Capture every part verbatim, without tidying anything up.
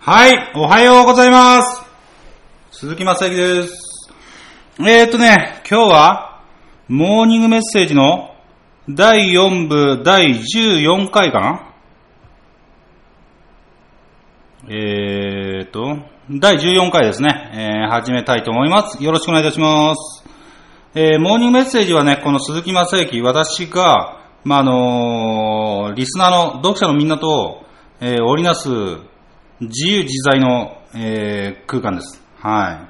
はい、おはようございます。鈴木正幸です。えーっとね、今日はモーニングメッセージのだいよんぶだいじゅうよんかいかな。えーっとだいじゅうよんかいですね、えー、始めたいと思います。よろしくお願いいたします。えー、モーニングメッセージはね、この鈴木正幸、私が、まあ、あのー、リスナーの読者のみんなと、えー、織りなす自由自在の、えー、空間です。はい。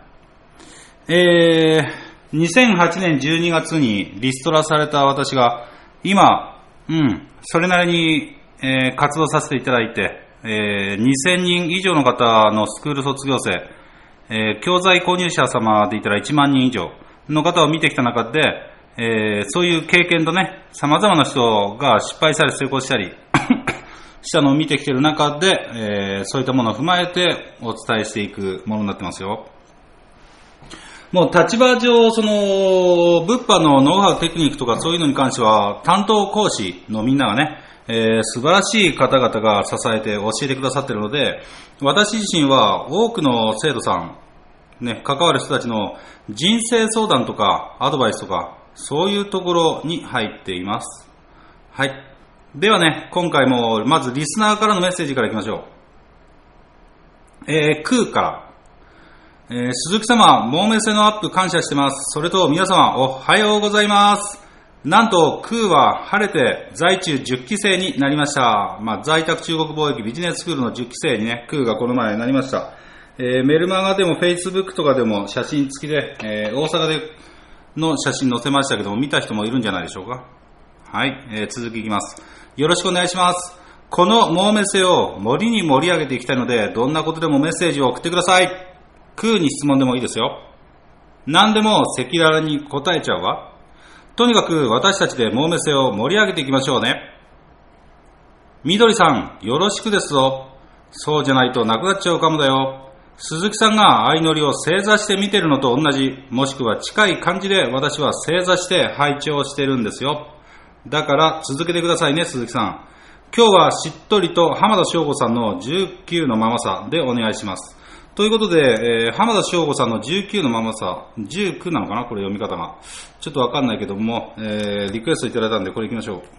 えー、にせんはちねんじゅうにがつにリストラされた私が、今、うん、それなりに、えー、活動させていただいて、えー、にせんにん以上の方のスクール卒業生、えー、教材購入者様で言ったらいちまんにん以上の方を見てきた中で、えー、そういう経験とね、様々な人が失敗したり成功したり、したのを見てきている中で、えー、そういったものを踏まえてお伝えしていくものになってますよ。もう立場上、その、物販のノウハウ、テクニックとかそういうのに関しては、担当講師のみんながね、えー、素晴らしい方々が支えて教えてくださっているので、私自身は多くの生徒さん、ね、関わる人たちの人生相談とかアドバイスとか、そういうところに入っています。はい。ではね、今回もまずリスナーからのメッセージからいきましょう。えー、クーから、えー、鈴木様、モーメセのアップ感謝してます。それと皆様、おはようございます。なんと、クーは晴れて在中じゅっき生になりました。まあ、在宅中国貿易ビジネススクールのじゅっき生にね、クーがこの前なりました。えー、メルマガでもフェイスブックとかでも写真付きで、えー、大阪での写真載せましたけども、見た人もいるんじゃないでしょうか。はい、えー、続きいきます。よろしくお願いします。このモーメセを森に盛り上げていきたいので、どんなことでもメッセージを送ってください。クーに質問でもいいですよ。何でも赤裸々に答えちゃうわ。とにかく私たちでモーメセを盛り上げていきましょうね。みどりさん、よろしくですぞ。そうじゃないとなくなっちゃうかもだよ。鈴木さんが相乗りを正座して見てるのと同じ、もしくは近い感じで私は正座して拝聴してるんですよ。だから続けてくださいね、鈴木さん。今日はしっとりと浜田省吾さんのじゅうきゅうのままさでお願いします。ということで、えー、浜田省吾さんのじゅうきゅうのままさ、じゅうきゅうなのかな、これ読み方が。ちょっとわかんないけども、えー、リクエストいただいたんで、これ行きましょ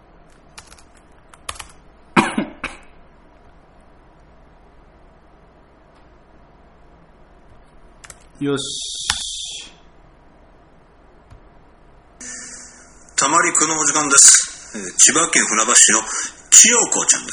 う。よし。 たまりくのお時間です。えー、千葉県船橋市の千代子ちゃんです。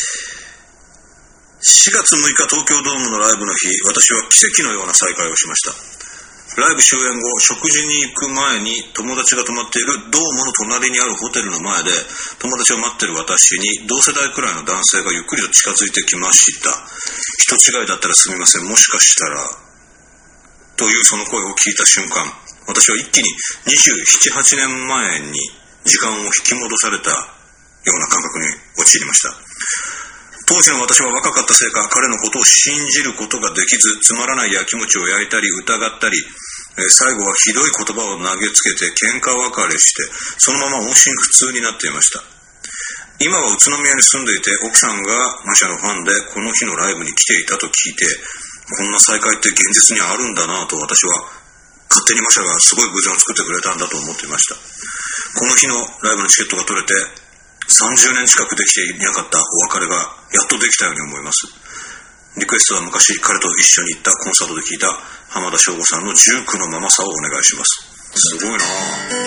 しがつむいか東京ドームのライブの日、私は奇跡のような再会をしました。ライブ終演後、食事に行く前に友達が泊まっているドームの隣にあるホテルの前で、友達を待っている私に同世代くらいの男性がゆっくりと近づいてきました。人違いだったらすみません、もしかしたらというその声を聞いた瞬間、私は一気ににじゅうなな、はちねんまえに時間を引き戻されたような感覚に陥りました。当時の私は若かったせいか、彼のことを信じることができず、つまらないやきもちを焼いたり疑ったり、最後はひどい言葉を投げつけて喧嘩別れして、そのまま音信不通になっていました。今は宇都宮に住んでいて、奥さんがマシャのファンでこの日のライブに来ていたと聞いて、こんな再会って現実にあるんだなと、私は勝手にマシャがすごい偶然を作ってくれたんだと思っていました。この日のライブのチケットが取れてさんじゅうねん近くできていなかったお別れがやっとできたように思います。リクエストは昔彼と一緒に行ったコンサートで聴いた浜田省吾さんのじゅうきゅうのままさをお願いします。すごいなぁ。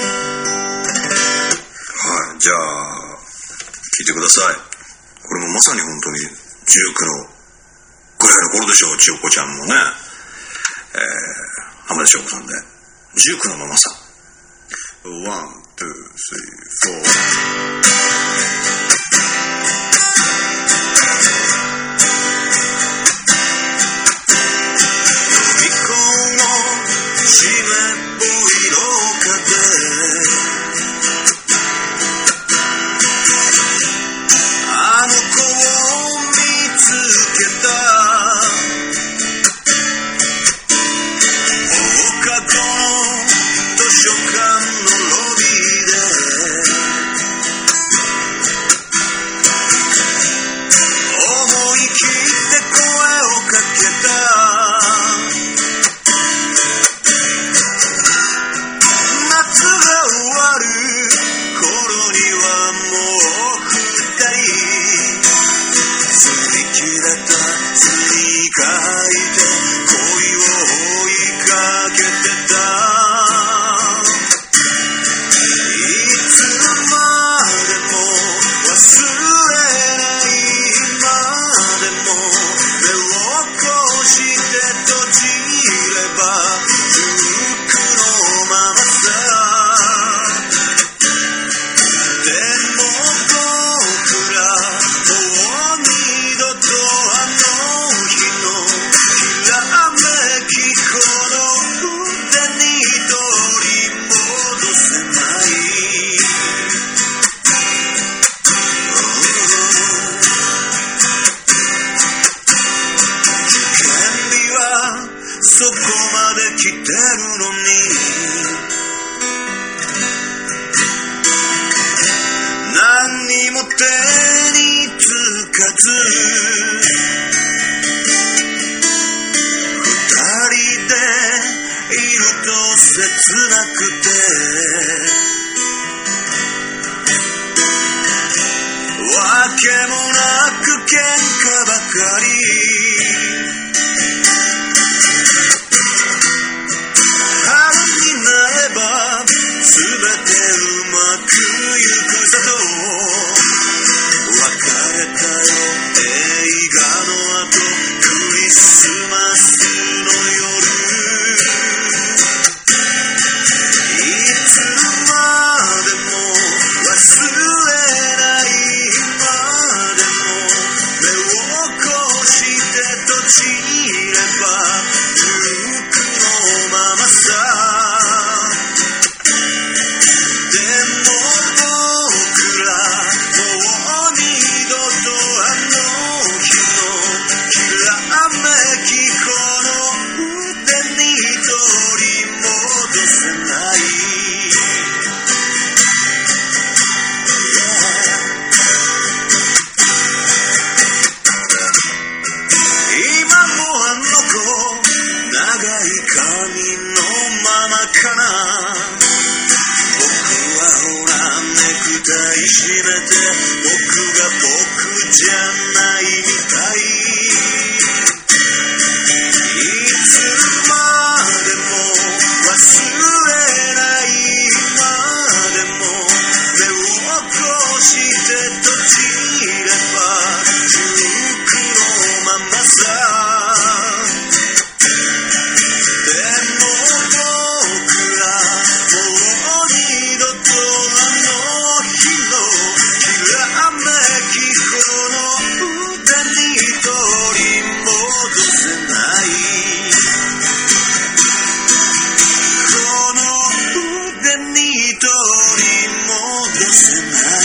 はい、じゃあ聞いてください。これもまさに本当にじゅうきゅうのぐらいの頃でしょう。千代子ちゃんもね、えー、浜田省吾さんでじゅうきゅうのままさ。ワン、ツー、スリー、フォー。 図書館のロビーでて恋を追いかけてた。いつまでも忘れない今でも目をこして閉じればルークのままさ。でも僕らもう二度とあの日のきらめきこの腕に取り戻せない。受験日はそこまで来てるのに何にも手につかず二人でいると切なくてわけもなく喧嘩ばかり。春になればすべてうまくゆくさと別れたよ映画の後クリスマスの夜。いつまでも忘れない今でも目をこして閉じればルークのままさ。でも僕らもう二度とあの日のきらめきこの腕に取り戻せない。今もあの子長い髪のままかな。僕はほらネクタイ締めて僕が僕じゃないみたい。いつまでも忘れない今でも目をこして閉じればルークのままさ。でも僕らもう二度とあの日のきらめきこの腕に取り戻せない。この腕に取り戻せない。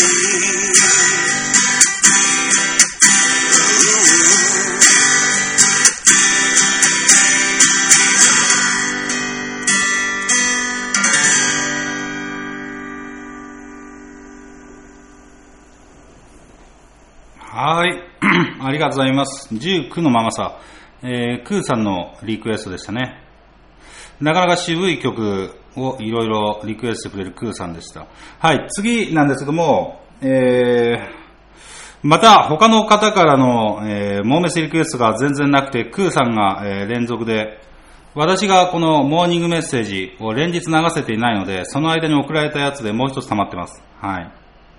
はい。ありがとうございます。じゅうきゅうのままさ、えー、クーさんのリクエストでしたね。なかなか渋い曲をいろいろリクエストしてくれるクーさんでした。はい。次なんですけども、えー、また他の方からの、えー、モーメスリクエストが全然なくて、クーさんが、えー、連続で、私がこのモーニングメッセージを連日流せていないので、その間に送られたやつでもう一つ溜まってます。はい。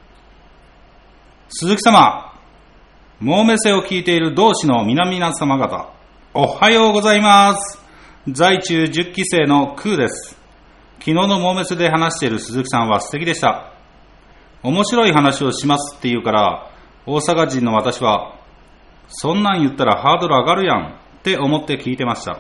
鈴木様、モーメセを聞いている同志の皆々様方、おはようございます。在中じゅっき生のクーです。昨日のモーメセで話している鈴木さんは素敵でした。面白い話をしますって言うから、大阪人の私は、そんなん言ったらハードル上がるやんって思って聞いてました。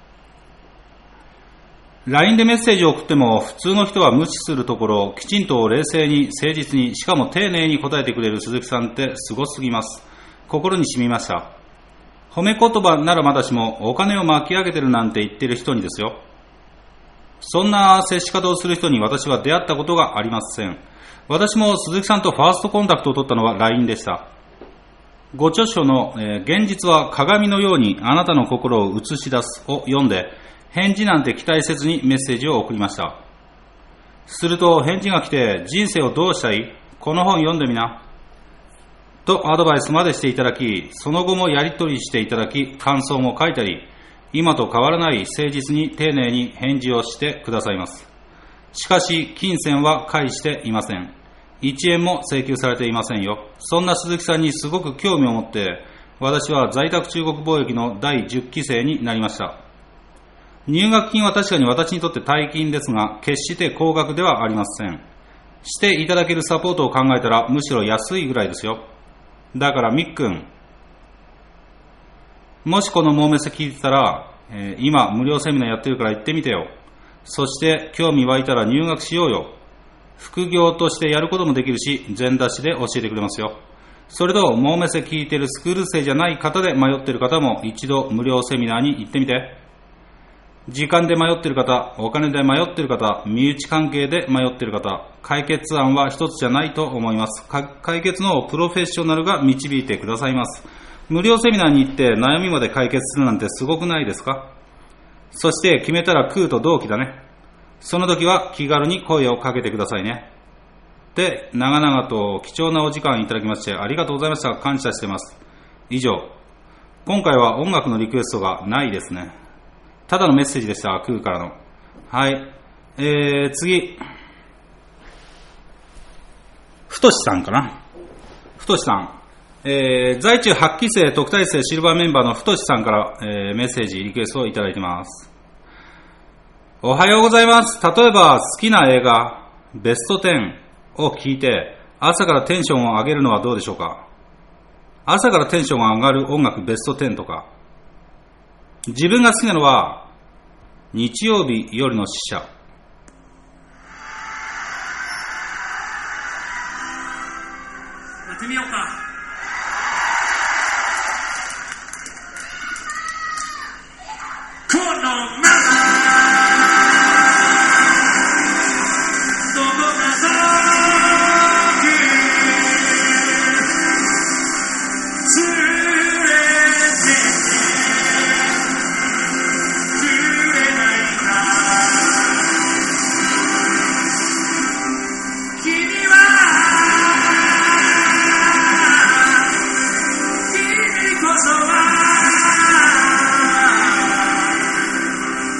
ライン でメッセージを送っても普通の人は無視するところ、きちんと冷静に誠実に、しかも丁寧に答えてくれる鈴木さんってすごすぎます。心に染みました。褒め言葉ならまだしも、お金を巻き上げてるなんて言ってる人にですよ。そんな接し方をする人に私は出会ったことがありません。私も鈴木さんとファーストコンタクトを取ったのは ライン でした。ご著書の、えー、現実は鏡のようにあなたの心を映し出すを読んで、返事なんて期待せずにメッセージを送りました。すると返事が来て、人生をどうしたい？この本読んでみな。 とアドバイスまでしていただき、その後もやり取りしていただき、感想も書いたり、今と変わらない誠実に丁寧に返事をしてくださいます。しかし、金銭は返していません。いちえんも請求されていませんよ。そんな鈴木さんにすごく興味を持って、私は在宅中国貿易のだいじゅっきせいになりました。入学金は確かに私にとって大金ですが、決して高額ではありません。していただけるサポートを考えたら、むしろ安いぐらいですよ。だからみっくん、もしこのモーメス聞いてたら、えー、今無料セミナーやってるから行ってみてよ。そして興味湧いたら入学しようよ。副業としてやることもできるし、全出しで教えてくれますよ。それと、モーメス聞いてるスクール生じゃない方で迷ってる方も一度無料セミナーに行ってみて。時間で迷ってる方、お金で迷ってる方、身内関係で迷ってる方、解決案は一つじゃないと思います。解決のプロフェッショナルが導いてくださいます。無料セミナーに行って悩みまで解決するなんてすごくないですか？そして決めたら空と同期だね。その時は気軽に声をかけてくださいね。で、長々と貴重なお時間いただきましてありがとうございました。感謝しています。以上。今回は音楽のリクエストがないですね。ただのメッセージでした。空からの。はい。えー、次。ふとしさんかな。ふとしさん。えー、在中はっきせい特待生シルバーメンバーのふとしさんから、えー、メッセージ、リクエストをいただいています。おはようございます。例えば好きな映画、ベストじゅうを聞いて、朝からテンションを上げるのはどうでしょうか？朝からテンションが上がる音楽ベストじゅうとか。自分が好きなのは、日曜日夜の使者。やってみようか。このままどこか遠く連れてくれないか。君は君こそは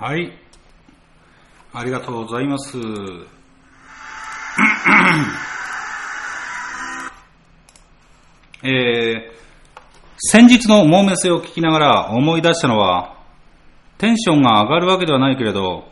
はい。ありがとうございます。えー、先日のモーメスを聞きながら思い出したのは、テンションが上がるわけではないけれど、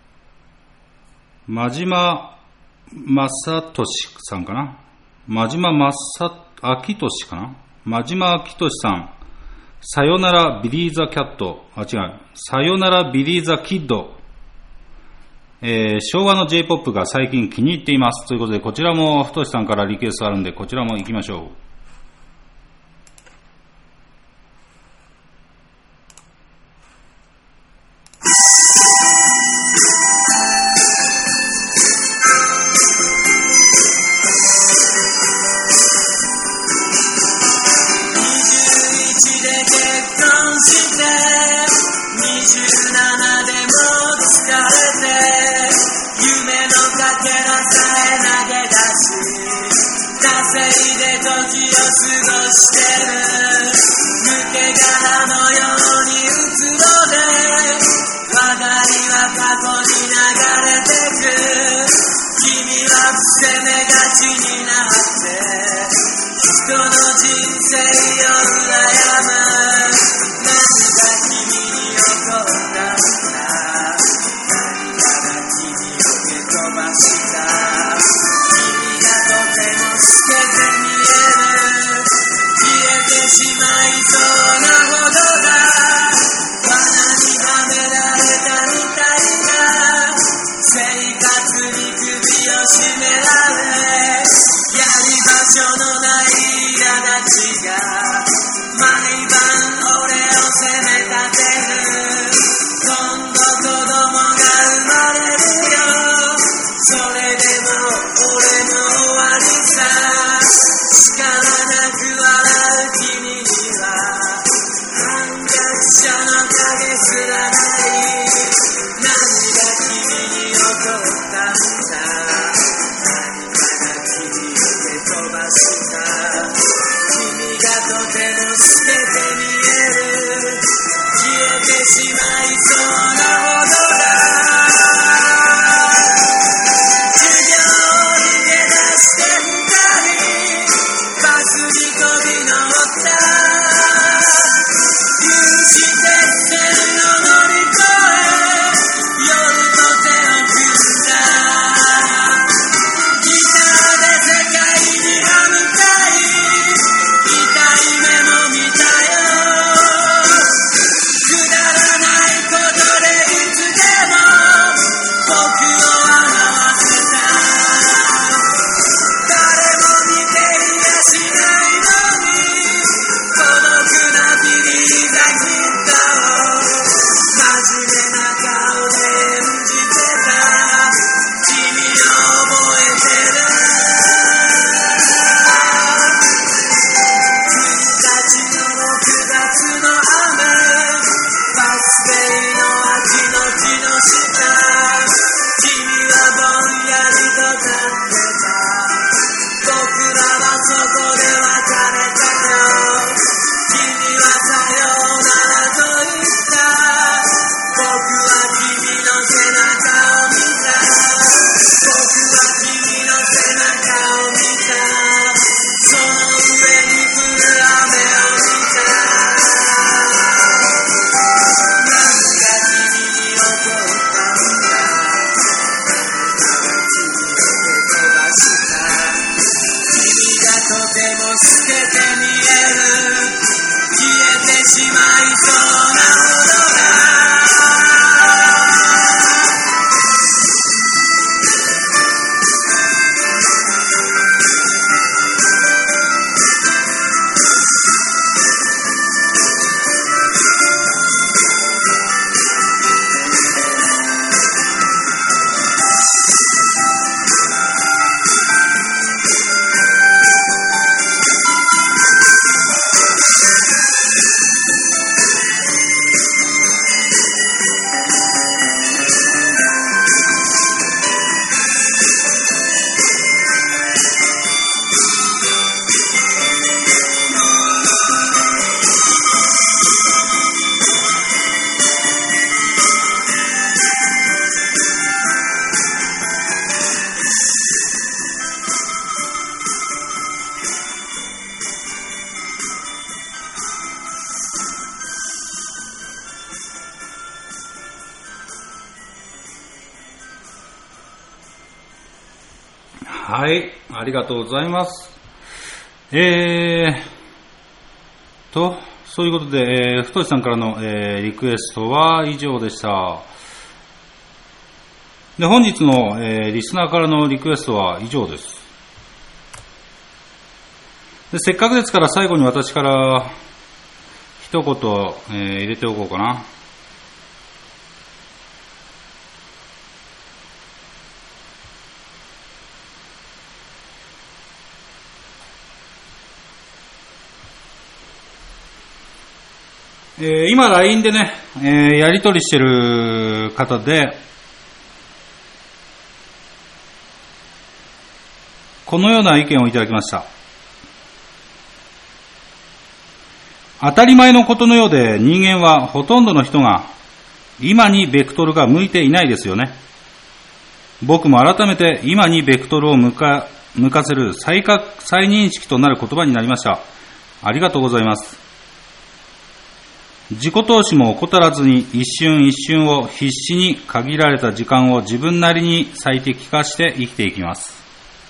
真島正俊さんかな真島正明俊かな真島明俊さん、さよならビリーザキャット、あ、違う、さよならビリーザキッド、えー、昭和の J-ポップ が最近気に入っていますということで、こちらも太さんからリクエストあるんで、こちらも行きましょう。 君がはい、ありがとうございます。えーと、そういうことで、えー、太さんからの、えー、リクエストは以上でした。で、本日の、えー、リスナーからのリクエストは以上です。で、せっかくですから最後に私から一言、えー、入れておこうかな。えー、今 ライン でね、えー、やり取りしてる方で、このような意見をいただきました。当たり前のことのようで人間はほとんどの人が今にベクトルが向いていないですよね。僕も改めて今にベクトルを向か、向かせる再確、再認識となる言葉になりました。ありがとうございます。自己投資も怠らずに一瞬一瞬を必死に限られた時間を自分なりに最適化して生きていきます。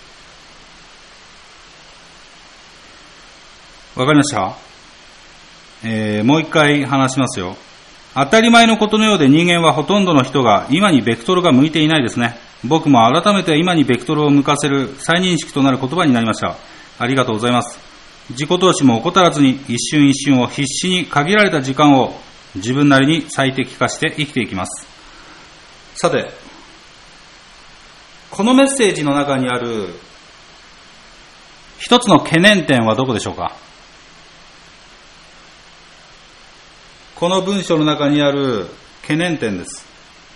わかりました？えー、もう一回話しますよ。当たり前のことのようで人間はほとんどの人が今にベクトルが向いていないですね。僕も改めて今にベクトルを向かせる再認識となる言葉になりました。ありがとうございます。自己投資も怠らずに一瞬一瞬を必死に限られた時間を自分なりに最適化して生きていきます。さて、このメッセージの中にある一つの懸念点はどこでしょうか？この文章の中にある懸念点です。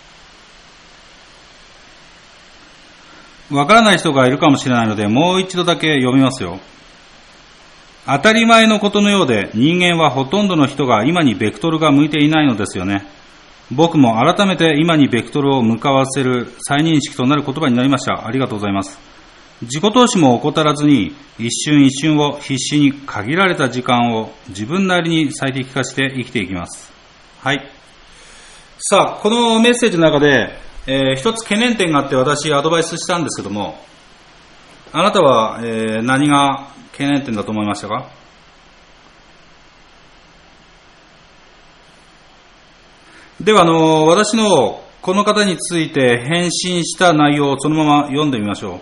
わからない人がいるかもしれないので、もう一度だけ読みますよ。当たり前のことのようで人間はほとんどの人が今にベクトルが向いていないのですよね。僕も改めて今にベクトルを向かわせる再認識となる言葉になりました。ありがとうございます。自己投資も怠らずに一瞬一瞬を必死に限られた時間を自分なりに最適化して生きていきます。はい。さあ、このメッセージの中で、えー、一つ懸念点があって私アドバイスしたんですけども、あなたは、えー、何が懸念点だと思いましたか？では、あの、私のこの方について返信した内容をそのまま読んでみましょう。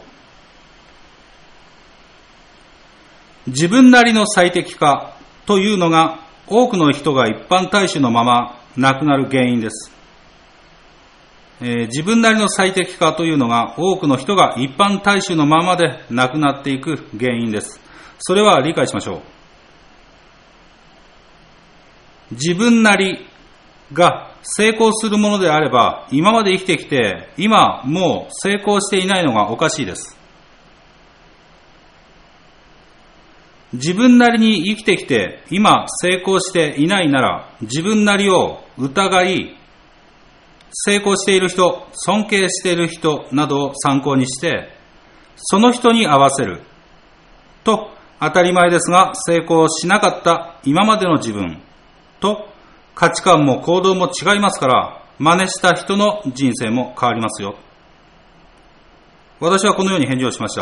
自分なりの最適化というのが多くの人が一般大衆のまま亡くなる原因です。えー、自分なりの最適化というのが多くの人が一般大衆のままで亡くなっていく原因です。それは理解しましょう。自分なりが成功するものであれば、今まで生きてきて、今もう成功していないのがおかしいです。自分なりに生きてきて、今成功していないなら、自分なりを疑い、成功している人、尊敬している人などを参考にして、その人に合わせると、当たり前ですが成功しなかった今までの自分と価値観も行動も違いますから、真似した人の人生も変わりますよ。私はこのように返事をしました。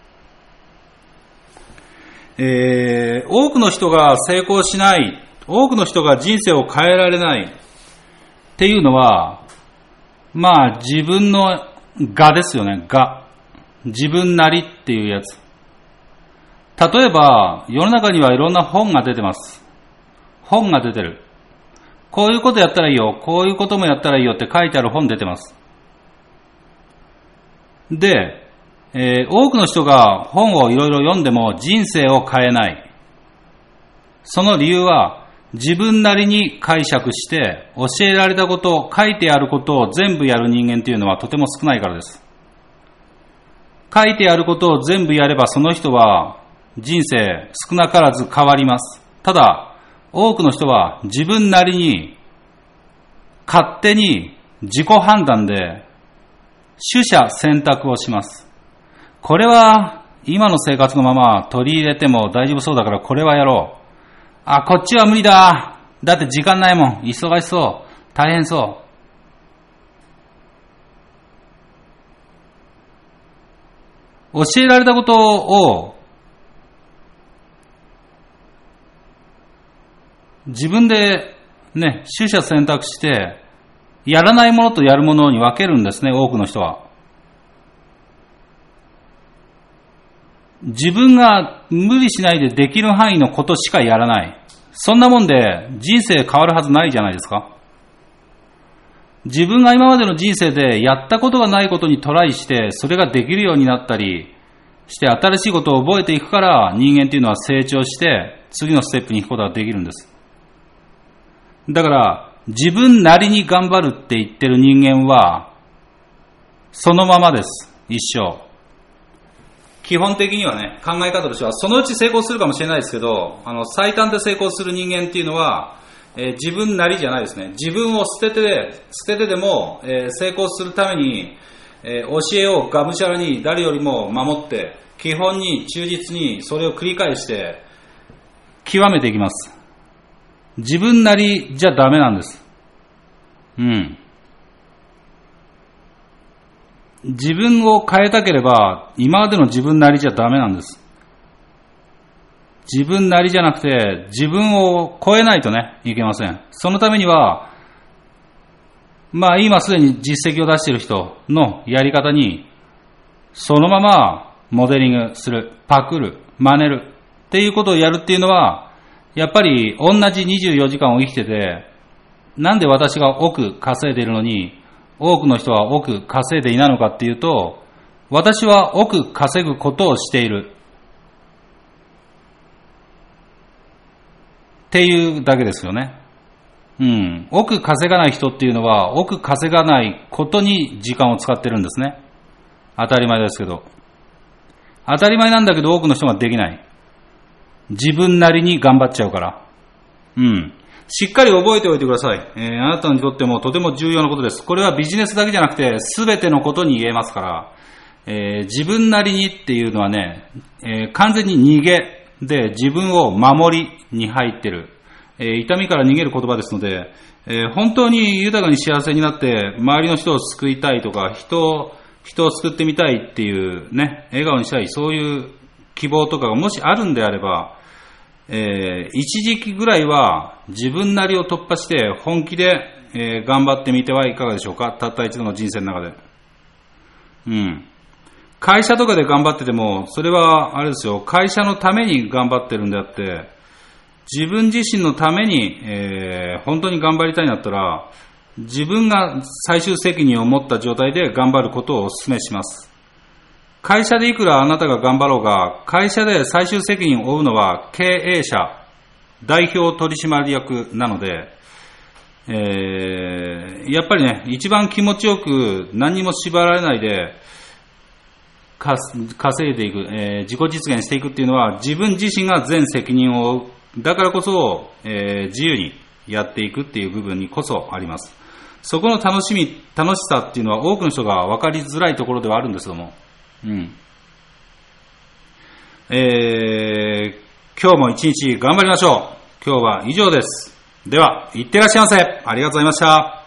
えー、多くの人が成功しない、多くの人が人生を変えられないっていうのは、まあ自分の我ですよね。我。自分なりっていうやつ。例えば、世の中にはいろんな本が出てます。本が出てる。こういうことやったらいいよ、こういうこともやったらいいよって書いてある本出てます。で、えー、多くの人が本をいろいろ読んでも人生を変えない。その理由は、自分なりに解釈して教えられたことを、書いてあることを全部やる人間というのはとても少ないからです。書いてあることを全部やればその人は人生少なからず変わります。ただ、多くの人は自分なりに勝手に自己判断で取捨選択をします。これは今の生活のまま取り入れても大丈夫そうだからこれはやろう。あ、こっちは無理だ。だって時間ないもん。忙しそう。大変そう。 教えられたことを自分でね、取捨選択して、やらないものとやるものに分けるんですね、多くの人は。自分が無理しないでできる範囲のことしかやらない。そんなもんで人生変わるはずないじゃないですか。自分が今までの人生でやったことがないことにトライして、それができるようになったりして新しいことを覚えていくから、人間っていうのは成長して次のステップに行くことができるんです。だから自分なりに頑張るって言ってる人間はそのままです、一生。基本的にはね、考え方としてはそのうち成功するかもしれないですけど、あの最短で成功する人間っていうのは、えー、自分なりじゃないですね。自分を捨てて捨ててでも、えー、成功するために、えー、教えをがむしゃらに誰よりも守って、基本に忠実にそれを繰り返して極めていきます。自分なりじゃダメなんです。うん。自分を変えたければ、今までの自分なりじゃダメなんです。自分なりじゃなくて、自分を超えないとね、いけません。そのためには、まあ今すでに実績を出している人のやり方に、そのままモデリングする、パクる、真似るっていうことをやるっていうのは、やっぱり同じにじゅうよじかんを生きてて、なんで私が億稼いでいるのに、多くの人は億稼いでいないのかっていうと、私は億稼ぐことをしているっていうだけですよね。うん。億稼がない人っていうのは、億稼がないことに時間を使ってるんですね。当たり前ですけど。当たり前なんだけど多くの人ができない。自分なりに頑張っちゃうから。うん。しっかり覚えておいてください。えー、あなたにとってもとても重要なことです。これはビジネスだけじゃなくて、すべてのことに言えますから、えー、自分なりにっていうのはね、えー、完全に逃げで自分を守りに入ってる、えー、痛みから逃げる言葉ですので、えー、本当に豊かに幸せになって周りの人を救いたいとか、人を人を救ってみたいっていうね、笑顔にしたい、そういう希望とかがもしあるんであれば、えー、一時期ぐらいは自分なりを突破して本気で、えー、頑張ってみてはいかがでしょうか。たった一度の人生の中で。うん。会社とかで頑張ってても、それはあれですよ、会社のために頑張ってるんであって、自分自身のために、えー、本当に頑張りたいんだったら、自分が最終責任を持った状態で頑張ることをお勧めします。会社でいくらあなたが頑張ろうが、会社で最終責任を負うのは経営者、代表取締役なので、えー、やっぱりね、一番気持ちよく何にも縛られないで稼いでいく、えー、自己実現していくっていうのは自分自身が全責任を負う。だからこそ、えー、自由にやっていくっていう部分にこそあります。そこの楽しみ、楽しさっていうのは多くの人が分かりづらいところではあるんですけども、うん。えー、今日も一日頑張りましょう。今日は以上です。では、いってらっしゃいませ。ありがとうございました。